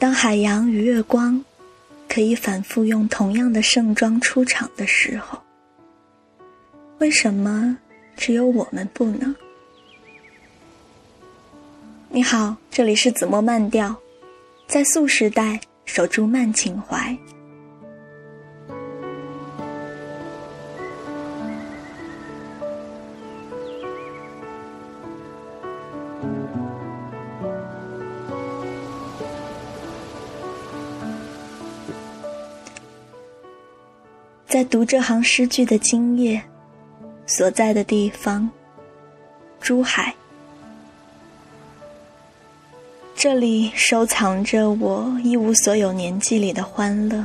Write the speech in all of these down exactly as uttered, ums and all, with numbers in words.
当海洋与月光可以反复用同样的盛装出场的时候，为什么只有我们不能？你好，这里是子墨慢调，在素时代守住慢情怀。在读这行诗句的今夜，所在的地方，珠海。这里收藏着我一无所有年纪里的欢乐。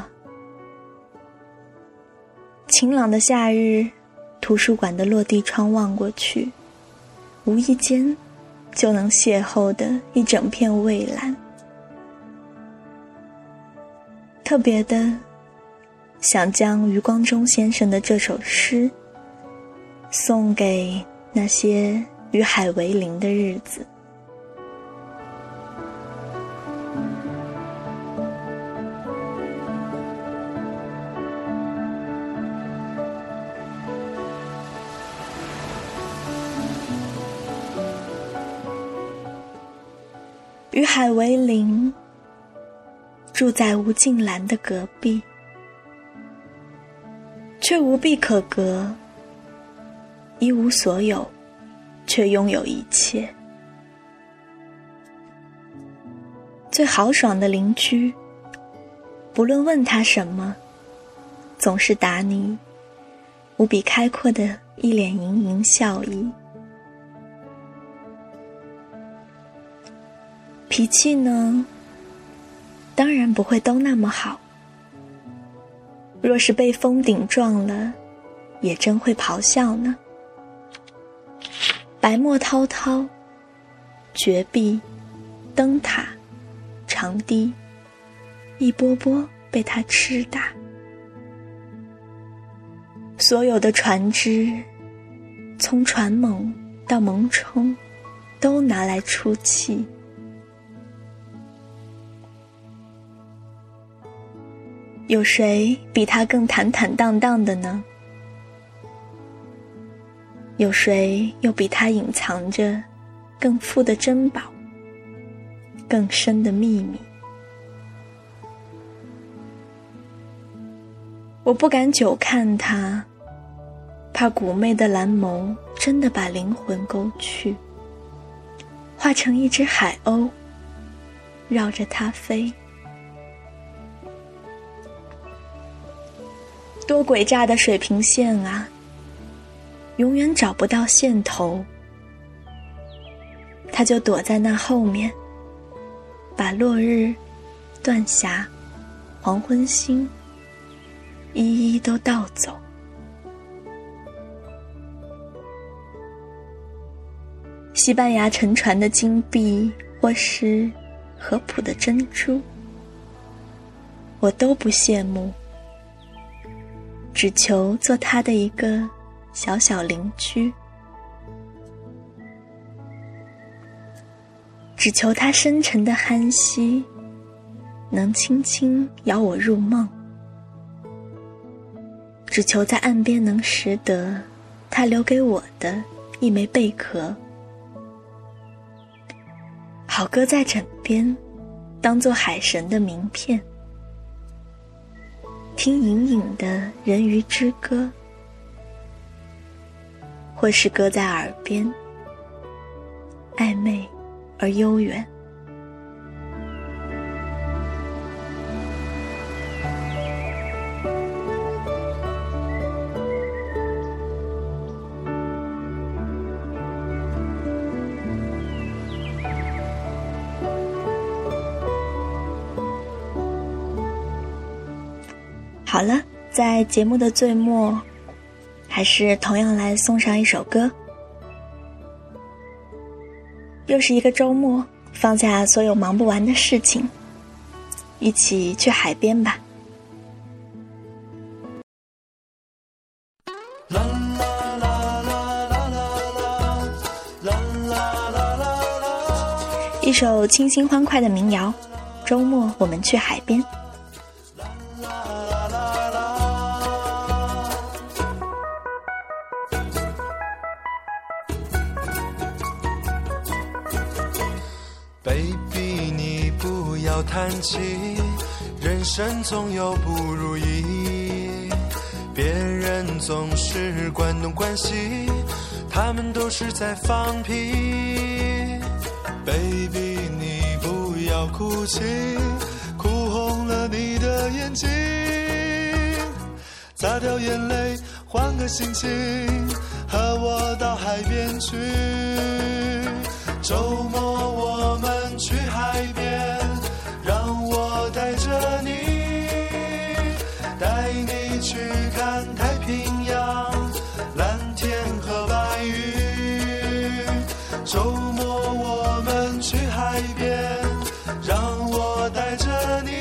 晴朗的夏日，图书馆的落地窗望过去，无意间就能邂逅的一整片蔚蓝。特别的想将余光中先生的这首诗送给那些与海为邻的日子。与海为邻，住在吴静兰的隔壁，却无壁可隔，一无所有，却拥有一切。最豪爽的邻居，不论问他什么，总是答你无比开阔的一脸盈盈笑意。脾气呢，当然不会都那么好。若是被风顶撞了，也真会咆哮呢。白沫滔滔，绝壁、灯塔、长堤，一波波被它吃打。所有的船只，从船猛到猛冲，都拿来出气。有谁比他更坦坦荡荡的呢？有谁又比他隐藏着更富的珍宝，更深的秘密？我不敢久看他，怕妩媚的蓝眸真的把灵魂勾去，化成一只海鸥，绕着他飞。多诡诈的水平线啊，永远找不到线头，他就躲在那后面，把落日、断霞、黄昏星一一都盗走。西班牙沉船的金币，或是合浦的珍珠，我都不羡慕，只求做他的一个小小邻居，只求他深沉的酣息能轻轻摇我入梦，只求在岸边能拾得他留给我的一枚贝壳，好搁在枕边，当作海神的名片，听隐隐的人鱼之歌，或是搁在耳边，暧昧而悠远。好了，在节目的最末，还是同样来送上一首歌。又是一个周末，放下所有忙不完的事情，一起去海边吧。一首清新欢快的民谣， 周末我们去海边。 Baby， 你不要叹气，人生总有不如意，别人总是关东关西，他们都是在放屁。Baby， 你不要哭泣，哭红了你的眼睛，擦掉眼泪，换个心情，和我到海边去。周末我们去海边，让我带着你，带你去看太平洋，蓝天和白云。周末我们去海边，让我带着你，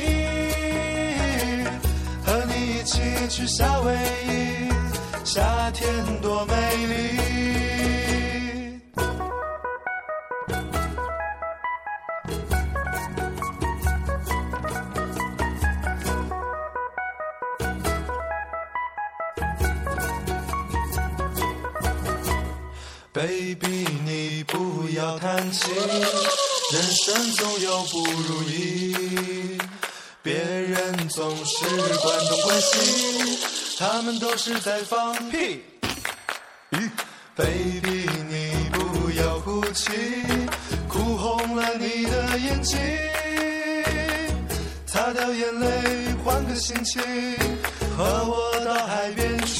和你一起去夏威夷，夏天多美丽。Baby， 你不要叹气，人生总有不如意，别人总是关东关西，他们都是在放屁。Baby， 你不要哭泣，哭红了你的眼睛，擦掉眼泪，换个心情，和我到海边去。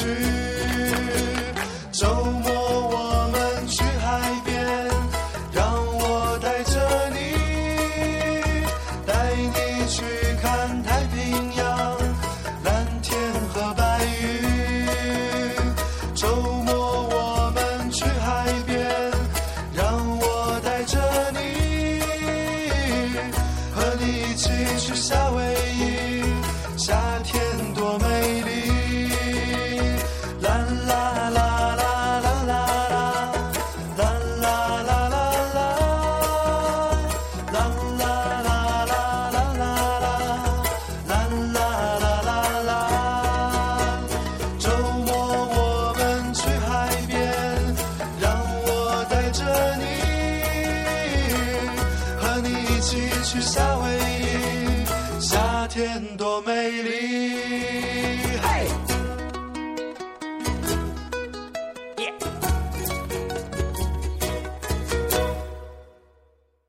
周末我们去海边，让我带着你，带你去看太平洋，蓝天和白云。周末我们去海边，让我带着你，和你一起去夏威夷，夏天多美丽。啦啦啦去夏威夷，夏天多美丽。嘿。